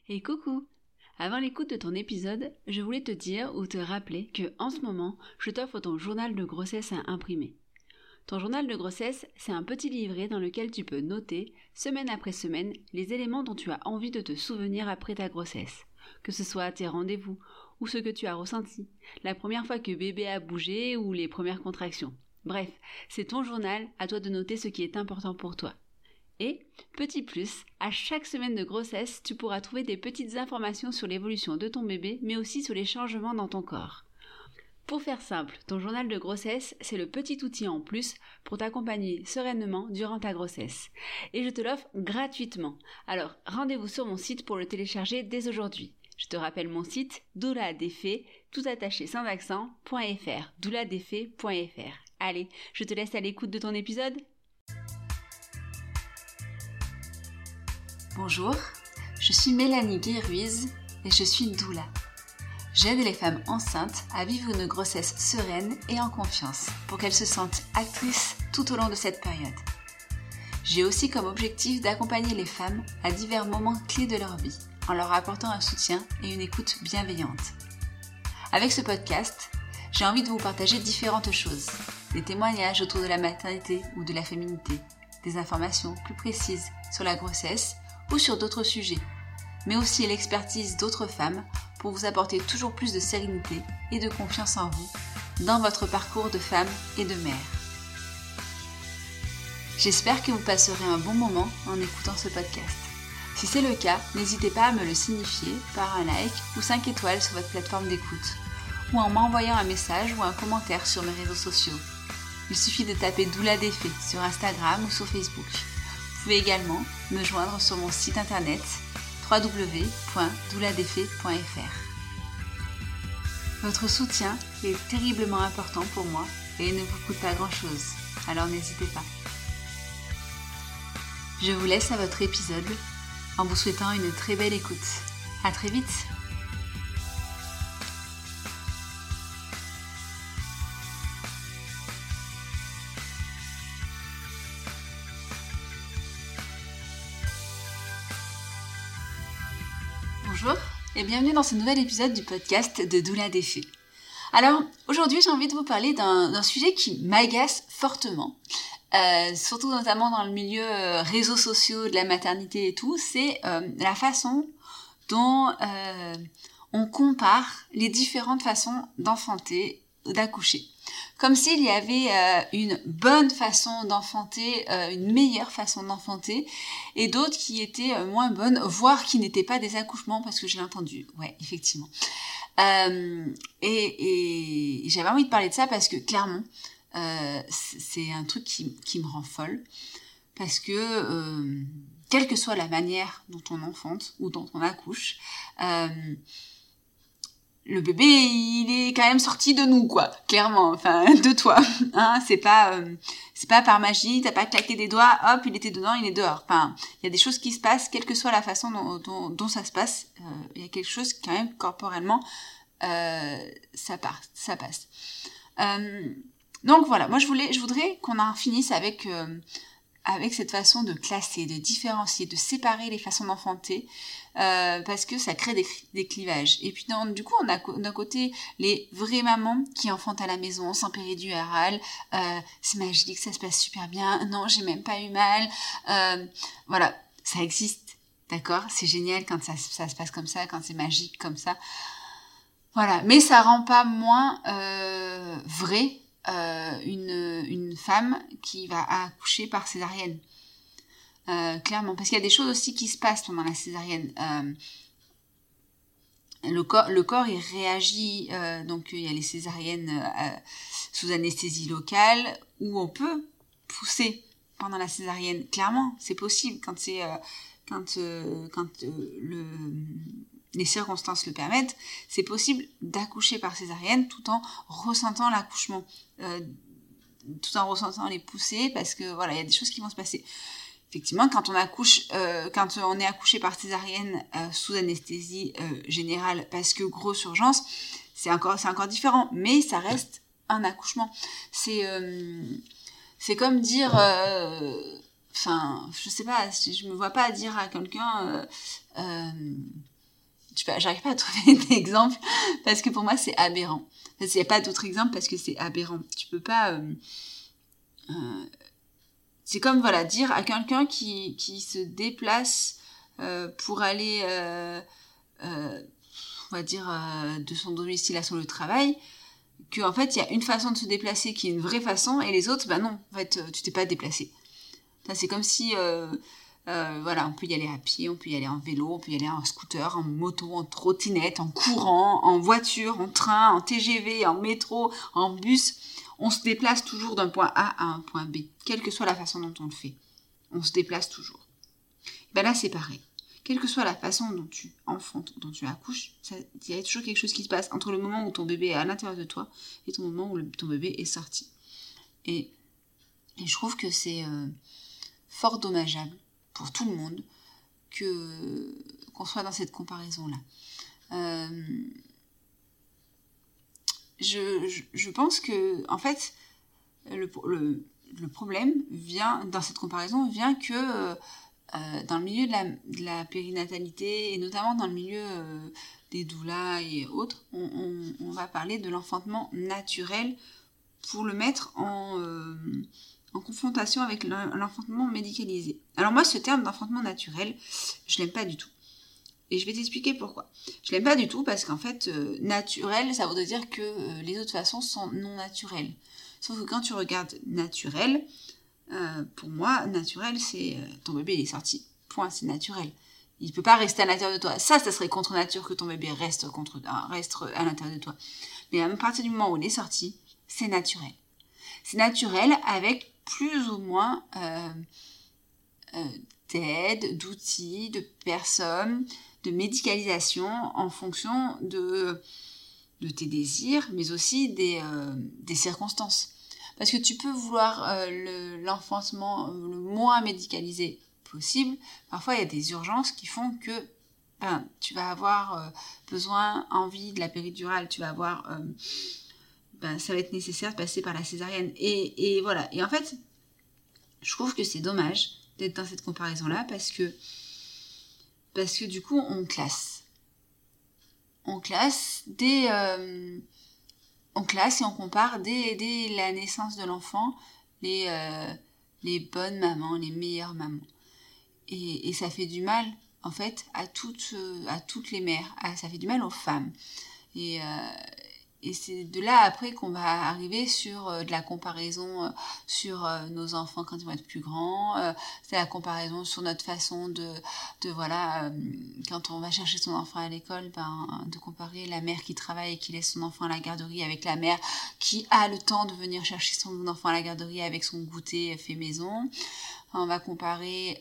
Et coucou! Avant l'écoute de ton épisode, je voulais te dire ou te rappeler que en ce moment, je t'offre ton journal de grossesse à imprimer. Ton journal de grossesse, c'est un petit livret dans lequel tu peux noter, semaine après semaine, les éléments dont tu as envie de te souvenir après ta grossesse. Que ce soit tes rendez-vous, ou ce que tu as ressenti, la première fois que bébé a bougé ou les premières contractions. Bref, c'est ton journal, à toi de noter ce qui est important pour toi. Et, petit plus, à chaque semaine de grossesse, tu pourras trouver des petites informations sur l'évolution de ton bébé, mais aussi sur les changements dans ton corps. Pour faire simple, ton journal de grossesse, c'est le petit outil en plus pour t'accompagner sereinement durant ta grossesse. Et je te l'offre gratuitement. Alors, rendez-vous sur mon site pour le télécharger dès aujourd'hui. Je te rappelle mon site, douladefait, tout attaché sans accent.fr, douladefait.fr. Allez, je te laisse à l'écoute de ton épisode. Bonjour, je suis Mélanie Guy-Ruiz et je suis doula. J'aide les femmes enceintes à vivre une grossesse sereine et en confiance pour qu'elles se sentent actrices tout au long de cette période. J'ai aussi comme objectif d'accompagner les femmes à divers moments clés de leur vie en leur apportant un soutien et une écoute bienveillante. Avec ce podcast, j'ai envie de vous partager différentes choses, des témoignages autour de la maternité ou de la féminité, des informations plus précises sur la grossesse ou sur d'autres sujets, mais aussi l'expertise d'autres femmes pour vous apporter toujours plus de sérénité et de confiance en vous dans votre parcours de femme et de mère. J'espère que vous passerez un bon moment en écoutant ce podcast. Si c'est le cas, n'hésitez pas à me le signifier par un like ou 5 étoiles sur votre plateforme d'écoute, ou en m'envoyant un message ou un commentaire sur mes réseaux sociaux. Il suffit de taper Doula Defait sur Instagram ou sur Facebook. Vous pouvez également me joindre sur mon site internet www.douladefait.fr. Votre soutien est terriblement important pour moi et ne vous coûte pas grand-chose, alors n'hésitez pas. Je vous laisse à votre épisode en vous souhaitant une très belle écoute. À très vite! Bonjour et bienvenue dans ce nouvel épisode du podcast de Doula Defait. Alors aujourd'hui j'ai envie de vous parler d'un sujet qui m'agace fortement, surtout notamment dans le milieu réseaux sociaux de la maternité et tout, c'est la façon dont on compare les différentes façons d'enfanter, d'accoucher. Comme s'il y avait une bonne façon d'enfanter, une meilleure façon d'enfanter, et d'autres qui étaient moins bonnes, voire qui n'étaient pas des accouchements, parce que j'ai entendu, ouais, effectivement. Et j'avais envie de parler de ça parce que clairement, c'est un truc qui me rend folle, parce que quelle que soit la manière dont on enfante ou dont on accouche, le bébé, il est quand même sorti de nous, quoi, clairement, enfin, de toi, hein, c'est pas par magie, t'as pas claqué des doigts, hop, il était dedans, il est dehors, enfin, il y a des choses qui se passent, quelle que soit la façon dont ça se passe, il y a quelque chose quand même, corporellement, ça passe. Donc voilà, moi je voudrais qu'on en finisse avec cette façon de classer, de différencier, de séparer les façons d'enfanter, parce que ça crée des clivages. Et puis du coup, on a d'un côté les vraies mamans qui enfantent à la maison, sans péridurale, c'est magique, ça se passe super bien, non, j'ai même pas eu mal, voilà, ça existe, d'accord, c'est génial quand ça se passe comme ça, quand c'est magique comme ça, voilà, mais ça rend pas moins vrai une femme qui va accoucher par césarienne. Clairement, parce qu'il y a des choses aussi qui se passent pendant la césarienne. Le corps il réagit, donc il y a les césariennes sous anesthésie locale où on peut pousser pendant la césarienne. Clairement, c'est possible quand les circonstances le permettent, c'est possible d'accoucher par césarienne tout en ressentant l'accouchement, tout en ressentant les poussées, parce que voilà, il y a des choses qui vont se passer. Effectivement, quand on est accouché par césarienne sous anesthésie générale, parce que grosse urgence, c'est encore différent, mais ça reste un accouchement. C'est comme dire, je sais pas, je me vois pas dire à quelqu'un, j'arrive pas à trouver d'exemple parce que pour moi c'est aberrant. Il n'y a pas d'autre exemple parce que c'est aberrant. Tu peux pas... c'est comme dire à quelqu'un qui se déplace pour aller, on va dire, de son domicile à son lieu de travail, qu'en fait il y a une façon de se déplacer qui est une vraie façon et les autres, non, en fait tu t'es pas déplacé. C'est comme si... on peut y aller à pied, on peut y aller en vélo, on peut y aller en scooter, en moto, en trottinette, en courant, en voiture, en train, en TGV, en métro, en bus. On se déplace toujours d'un point A à un point B, quelle que soit la façon dont on le fait. On se déplace toujours. Là, c'est pareil. Quelle que soit la façon dont tu enfantes, dont tu accouches, il y a toujours quelque chose qui se passe entre le moment où ton bébé est à l'intérieur de toi et ton moment où ton bébé est sorti. Et je trouve que c'est fort dommageable pour tout le monde qu'on soit dans cette comparaison-là. Je pense que, en fait, le problème dans cette comparaison vient que dans le milieu de la périnatalité, et notamment dans le milieu des doulas et autres, on va parler de l'enfantement naturel pour le mettre en confrontation avec l'enfantement médicalisé. Alors moi, ce terme d'enfantement naturel, je l'aime pas du tout. Et je vais t'expliquer pourquoi. Je l'aime pas du tout parce qu'en fait, naturel, ça voudrait dire que les autres façons sont non naturelles. Sauf que quand tu regardes naturel, pour moi, naturel, c'est ton bébé il est sorti. Point, c'est naturel. Il peut pas rester à l'intérieur de toi. Ça serait contre nature que ton bébé reste à l'intérieur de toi. Mais à partir du moment où il est sorti, c'est naturel. C'est naturel avec plus ou moins d'aide, d'outils, de personnes, de médicalisation en fonction de tes désirs, mais aussi des circonstances. Parce que tu peux vouloir l'enfantement le moins médicalisé possible. Parfois, il y a des urgences qui font que tu vas avoir envie de la péridurale, tu vas avoir... ça va être nécessaire de passer par la césarienne. Et voilà. Et en fait, je trouve que c'est dommage d'être dans cette comparaison-là parce que du coup, on classe. On classe et on compare dès la naissance de l'enfant les bonnes mamans, les meilleures mamans. Et ça fait du mal, en fait, à toutes les mères. Ça fait du mal aux femmes. Et c'est de là après qu'on va arriver sur de la comparaison sur nos enfants quand ils vont être plus grands. C'est la comparaison sur notre façon quand on va chercher son enfant à l'école, de comparer la mère qui travaille et qui laisse son enfant à la garderie avec la mère qui a le temps de venir chercher son enfant à la garderie avec son goûter fait maison. On va comparer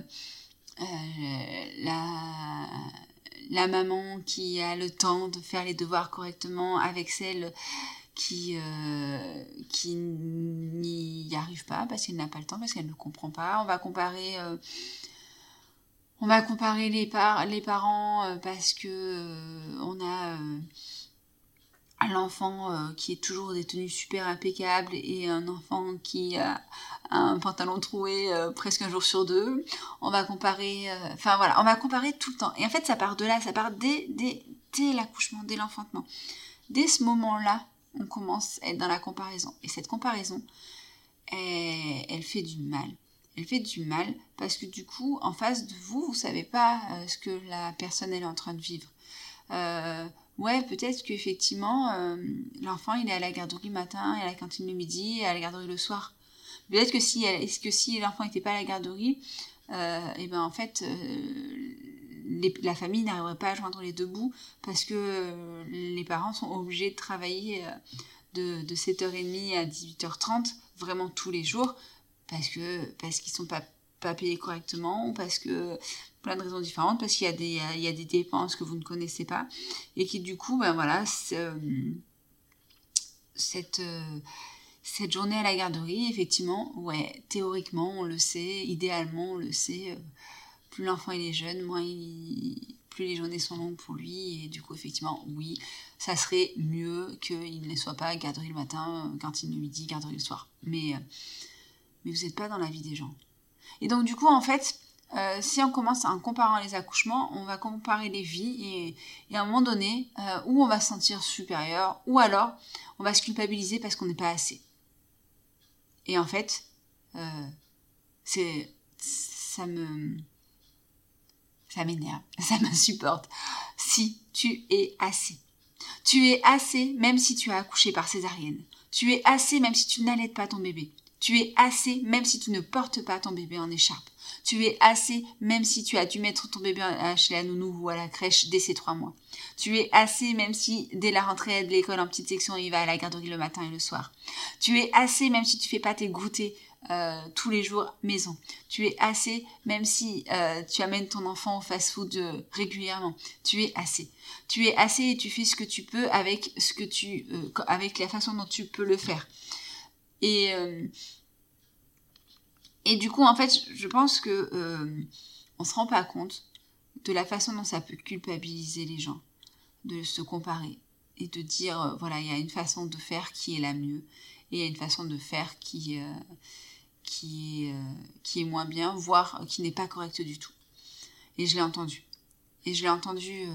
la maman qui a le temps de faire les devoirs correctement avec celle qui n'y arrive pas parce qu'elle n'a pas le temps, parce qu'elle ne comprend pas. On va comparer les parents parce que on a l'enfant qui est toujours des tenues super impeccables et un enfant qui a un pantalon troué presque un jour sur deux. On va comparer... on va comparer tout le temps. Et en fait, ça part de là, ça part dès l'accouchement, dès l'enfantement. Dès ce moment-là, on commence à être dans la comparaison. Et cette comparaison, elle fait du mal. Elle fait du mal parce que du coup, en face de vous, vous savez pas ce que la personne elle est en train de vivre. Ouais, peut-être qu'effectivement, l'enfant, il est à la garderie le matin, et à la cantine le midi, et à la garderie le soir. Peut-être que si l'enfant n'était pas à la garderie, en fait, la famille n'arriverait pas à joindre les deux bouts parce que les parents sont obligés de travailler de 7h30 à 18h30, vraiment tous les jours, parce qu'ils sont pas payés correctement, ou parce que plein de raisons différentes, parce qu'il y a des dépenses que vous ne connaissez pas, et qui du coup, cette journée à la garderie, effectivement, ouais, théoriquement, on le sait, idéalement, on le sait, plus l'enfant il est jeune, plus les journées sont longues pour lui, et du coup, effectivement, oui, ça serait mieux qu'il ne soit pas à garderie le matin, cantine le midi, garderie le soir. Mais vous n'êtes pas dans la vie des gens. Et donc, du coup, en fait, si on commence en comparant les accouchements, on va comparer les vies et à un moment donné, où on va se sentir supérieur, ou alors on va se culpabiliser parce qu'on n'est pas assez. Et en fait, ça m'énerve, ça m'insupporte. Si tu es assez. Tu es assez même si tu as accouché par césarienne. Tu es assez même si tu n'allaites pas ton bébé. Tu es assez même si tu ne portes pas ton bébé en écharpe. Tu es assez même si tu as dû mettre ton bébé chez la nounou ou à la crèche dès ses 3 mois. Tu es assez même si dès la rentrée de l'école en petite section, il va à la garderie le matin et le soir. Tu es assez même si tu fais pas tes goûters tous les jours maison. Tu es assez même si tu amènes ton enfant au fast-food régulièrement. Tu es assez. Tu es assez et tu fais ce que tu peux avec avec la façon dont tu peux le faire. Et du coup, en fait, je pense que on se rend pas compte de la façon dont ça peut culpabiliser les gens, de se comparer et de dire, voilà, il y a une façon de faire qui est la mieux et il y a une façon de faire qui est moins bien, voire qui n'est pas correcte du tout. Et je l'ai entendu. Et je l'ai entendu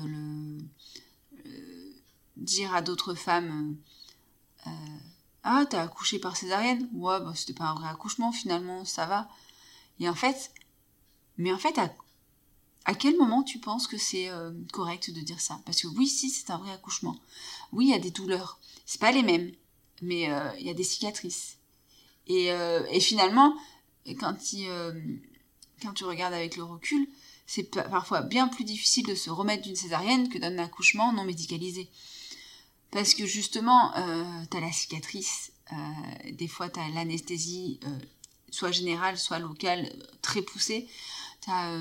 dire à d'autres femmes... Ah, t'as accouché par césarienne? Ouais, bah c'était pas un vrai accouchement finalement, ça va. Et en fait, à quel moment tu penses que c'est correct de dire ça? Parce que oui, si, c'est un vrai accouchement. Oui, il y a des douleurs. C'est pas les mêmes, mais il y a des cicatrices. Et finalement, quand tu regardes avec le recul, c'est parfois bien plus difficile de se remettre d'une césarienne que d'un accouchement non médicalisé. Parce que justement, t'as la cicatrice, des fois t'as l'anesthésie, soit générale, soit locale, très poussée. T'as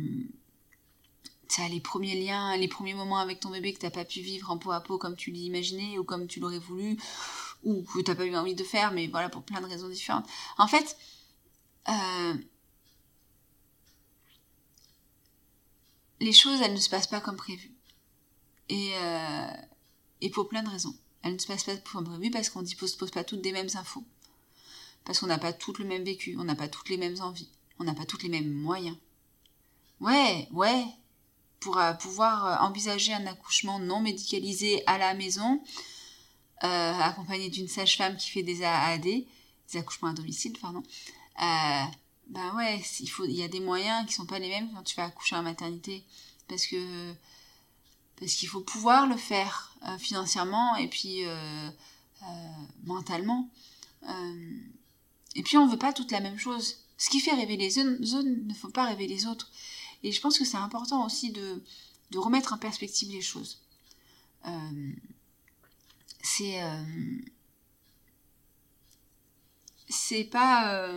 les premiers liens, les premiers moments avec ton bébé que t'as pas pu vivre en peau à peau comme tu l'imaginais ou comme tu l'aurais voulu, ou que t'as pas eu envie de faire, mais voilà, pour plein de raisons différentes. En fait, les choses, elles ne se passent pas comme prévu. Et pour plein de raisons. Elles ne se passent pas comme prévu parce qu'on ne dispose pas toutes des mêmes infos. Parce qu'on n'a pas toutes le même vécu, on n'a pas toutes les mêmes envies, on n'a pas tous les mêmes moyens. Ouais, pour pouvoir envisager un accouchement non médicalisé à la maison, accompagné d'une sage-femme qui fait des AAD, des accouchements à domicile, pardon, ben ouais, il y a des moyens qui sont pas les mêmes quand tu vas accoucher en maternité. Parce qu'il faut pouvoir le faire financièrement et puis mentalement. Et puis on veut pas toute la même chose. Ce qui fait rêver les uns ne faut pas rêver les autres. Et je pense que c'est important aussi de remettre en perspective les choses. C'est pas...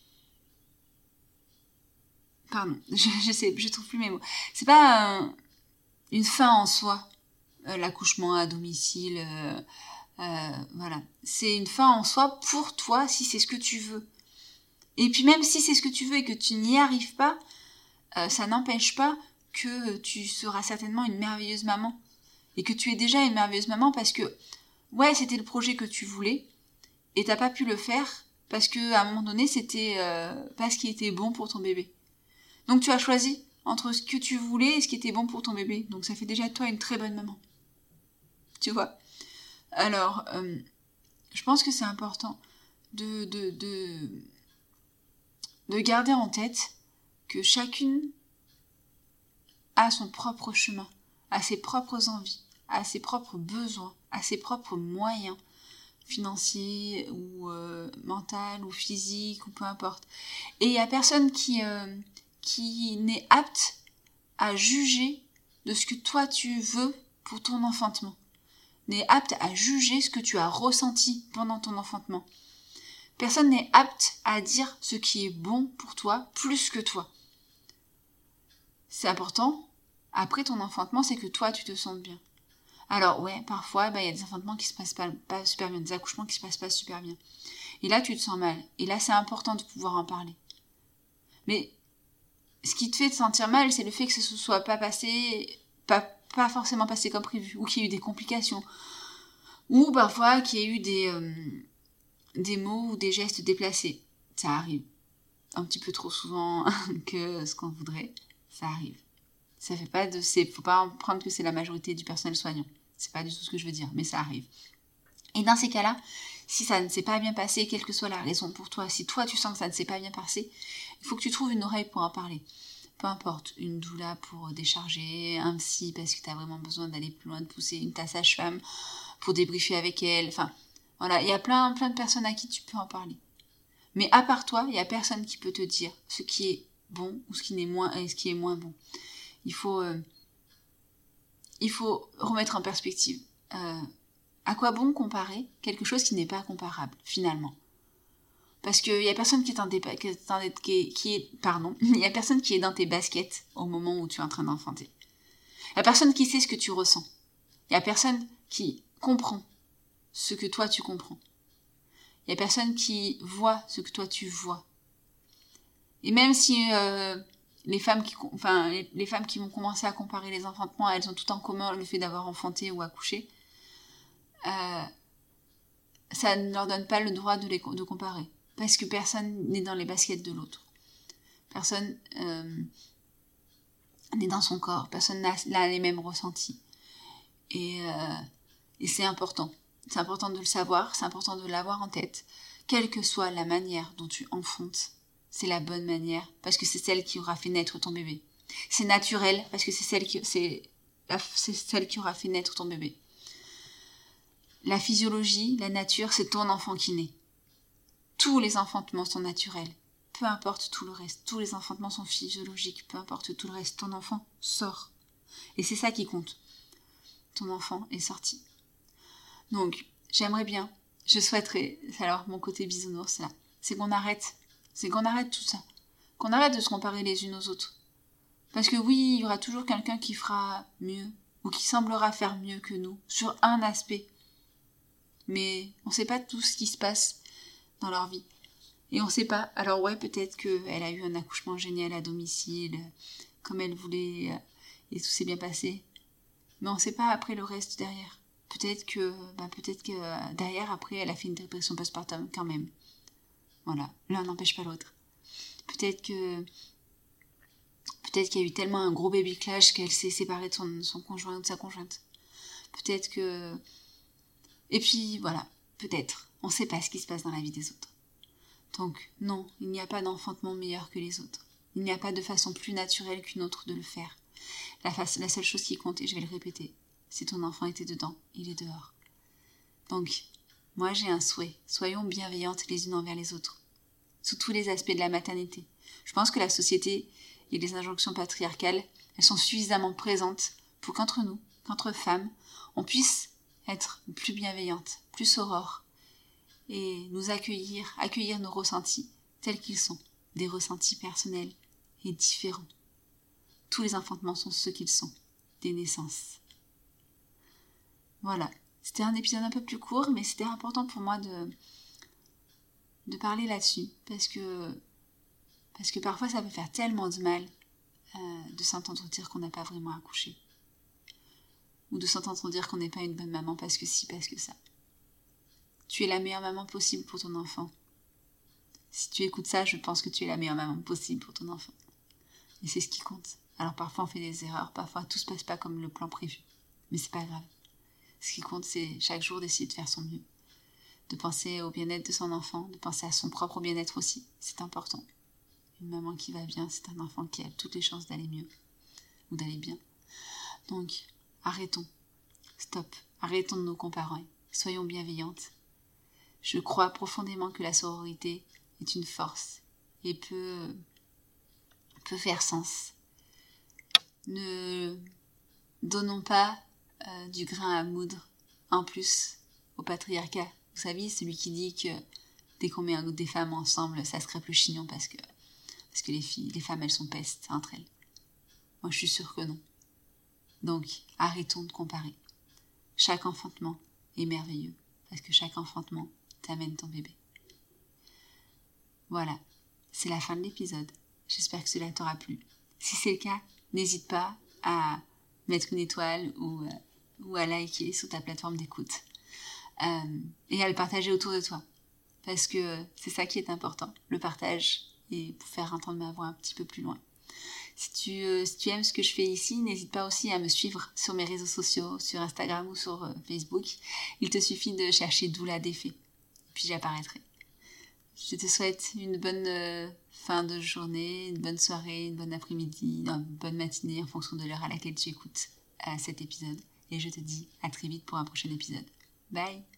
Pardon, je trouve plus mes mots. C'est pas une fin en soi, l'accouchement à domicile, voilà. C'est une fin en soi pour toi si c'est ce que tu veux. Et puis même si c'est ce que tu veux et que tu n'y arrives pas, ça n'empêche pas que tu seras certainement une merveilleuse maman. Et que tu es déjà une merveilleuse maman parce que, ouais, c'était le projet que tu voulais et t'as pas pu le faire parce que à un moment donné, c'était pas ce qui était bon pour ton bébé. Donc tu as choisi entre ce que tu voulais et ce qui était bon pour ton bébé. Donc ça fait déjà de toi une très bonne maman. Tu vois? Alors, je pense que c'est important de garder en tête que chacune a son propre chemin, a ses propres envies, a ses propres besoins, a ses propres moyens financiers ou mentaux ou physiques ou peu importe. Et il n'y a personne qui n'est apte à juger de ce que toi tu veux pour ton enfantement. N'est apte à juger ce que tu as ressenti pendant ton enfantement. Personne n'est apte à dire ce qui est bon pour toi plus que toi. C'est important, après ton enfantement, c'est que toi tu te sentes bien. Alors ouais, parfois, y a des enfantements qui se passent pas super bien, des accouchements qui se passent pas super bien. Et là, tu te sens mal. Et là, c'est important de pouvoir en parler. Mais ce qui te fait te sentir mal, c'est le fait que ce soit pas passé, pas forcément passé comme prévu, ou qu'il y ait eu des complications, ou parfois qu'il y ait eu des mots ou des gestes déplacés. Ça arrive. un petit peu trop souvent que ce qu'on voudrait, ça arrive. Ça fait pas faut pas en prendre que c'est la majorité du personnel soignant. C'est pas du tout ce que je veux dire, mais ça arrive. Et dans ces cas-là, si ça ne s'est pas bien passé, quelle que soit la raison pour toi, si toi tu sens que ça ne s'est pas bien passé, il faut que tu trouves une oreille pour en parler. Peu importe, une doula pour décharger, un psy parce que tu as vraiment besoin d'aller plus loin, de pousser, une ta sage-femme pour débriefer avec elle. Enfin, voilà, il y a plein de personnes à qui tu peux en parler. Mais à part toi, il n'y a personne qui peut te dire ce qui est bon ou ce qui est moins bon. Il faut remettre en perspective. À quoi bon comparer quelque chose qui n'est pas comparable, finalement? Parce qu'il y a personne il y a personne qui est dans tes baskets au moment où tu es en train d'enfanter. Il y a personne qui sait ce que tu ressens. Il y a personne qui comprend ce que toi tu comprends. Il y a personne qui voit ce que toi tu vois. Et même si les femmes qui vont commencer à comparer les enfantements, elles ont tout en commun le fait d'avoir enfanté ou accouché, ça ne leur donne pas le droit de comparer. Parce que personne n'est dans les baskets de l'autre. Personne n'est dans son corps. Personne n'a les mêmes ressentis. Et c'est important. C'est important de le savoir. C'est important de l'avoir en tête. Quelle que soit la manière dont tu enfantes, c'est la bonne manière. Parce que c'est celle qui aura fait naître ton bébé. C'est naturel. Parce que c'est celle qui aura fait naître ton bébé. La physiologie, la nature, c'est ton enfant qui naît. Tous les enfantements sont naturels. Peu importe tout le reste. Tous les enfantements sont physiologiques. Peu importe tout le reste. Ton enfant sort. Et c'est ça qui compte. Ton enfant est sorti. Donc, j'aimerais bien, je souhaiterais, alors mon côté bisounours là, c'est qu'on arrête tout ça. Qu'on arrête de se comparer les unes aux autres. Parce que oui, il y aura toujours quelqu'un qui fera mieux, ou qui semblera faire mieux que nous, sur un aspect. Mais on ne sait pas tout ce qui se passe dans leur vie. Et on ne sait pas. Alors ouais, peut-être qu'elle a eu un accouchement génial à domicile, comme elle voulait, et tout s'est bien passé. Mais on ne sait pas après le reste derrière. Peut-être que derrière, après, elle a fait une dépression postpartum quand même. Voilà, l'un n'empêche pas l'autre. Peut-être qu'il y a eu tellement un gros baby clash qu'elle s'est séparée de son conjoint ou de sa conjointe. Peut-être que... Et puis, voilà, peut-être. On ne sait pas ce qui se passe dans la vie des autres. Donc, non, il n'y a pas d'enfantement meilleur que les autres. Il n'y a pas de façon plus naturelle qu'une autre de le faire. La seule chose qui compte, et je vais le répéter, si ton enfant était dedans, il est dehors. Donc, moi j'ai un souhait. Soyons bienveillantes les unes envers les autres. Sous tous les aspects de la maternité. Je pense que la société et les injonctions patriarcales, elles sont suffisamment présentes pour qu'entre nous, qu'entre femmes, on puisse être plus bienveillantes, plus sorores, et nous accueillir nos ressentis tels qu'ils sont, des ressentis personnels et différents. Tous les enfantements sont ce qu'ils sont, des naissances. Voilà, c'était un épisode un peu plus court, mais c'était important pour moi de parler là-dessus, parce que parfois ça peut faire tellement de mal de s'entendre dire qu'on n'a pas vraiment accouché, ou de s'entendre dire qu'on n'est pas une bonne maman parce que si, parce que ça. Tu es la meilleure maman possible pour ton enfant. Si tu écoutes ça, je pense que tu es la meilleure maman possible pour ton enfant. Et c'est ce qui compte. Alors parfois on fait des erreurs, parfois tout se passe pas comme le plan prévu. Mais c'est pas grave. Ce qui compte, c'est chaque jour d'essayer de faire son mieux. De penser au bien-être de son enfant, de penser à son propre bien-être aussi. C'est important. Une maman qui va bien, c'est un enfant qui a toutes les chances d'aller mieux. Ou d'aller bien. Donc, arrêtons. Stop. Arrêtons de nous comparer. Soyons bienveillantes. Je crois profondément que la sororité est une force et peut faire sens. Ne donnons pas du grain à moudre en plus au patriarcat. Vous savez, celui qui dit que dès qu'on met des femmes ensemble, ça se crêpe le chignon parce que les femmes, elles sont pestes entre elles. Moi, je suis sûre que non. Donc, arrêtons de comparer. Chaque enfantement est merveilleux parce que chaque enfantement t'amène ton bébé. Voilà, c'est la fin de l'épisode. J'espère que cela t'aura plu. Si c'est le cas, n'hésite pas à mettre une étoile ou à liker sur ta plateforme d'écoute et à le partager autour de toi. Parce que c'est ça qui est important, le partage et pour faire entendre ma voix un petit peu plus loin. Si tu aimes ce que je fais ici, n'hésite pas aussi à me suivre sur mes réseaux sociaux, sur Instagram ou sur Facebook. Il te suffit de chercher Doula Défait, puis j'apparaîtrai. Je te souhaite une bonne fin de journée, une bonne soirée, une bonne après-midi, une bonne matinée en fonction de l'heure à laquelle tu écoutes cet épisode. Et je te dis à très vite pour un prochain épisode. Bye!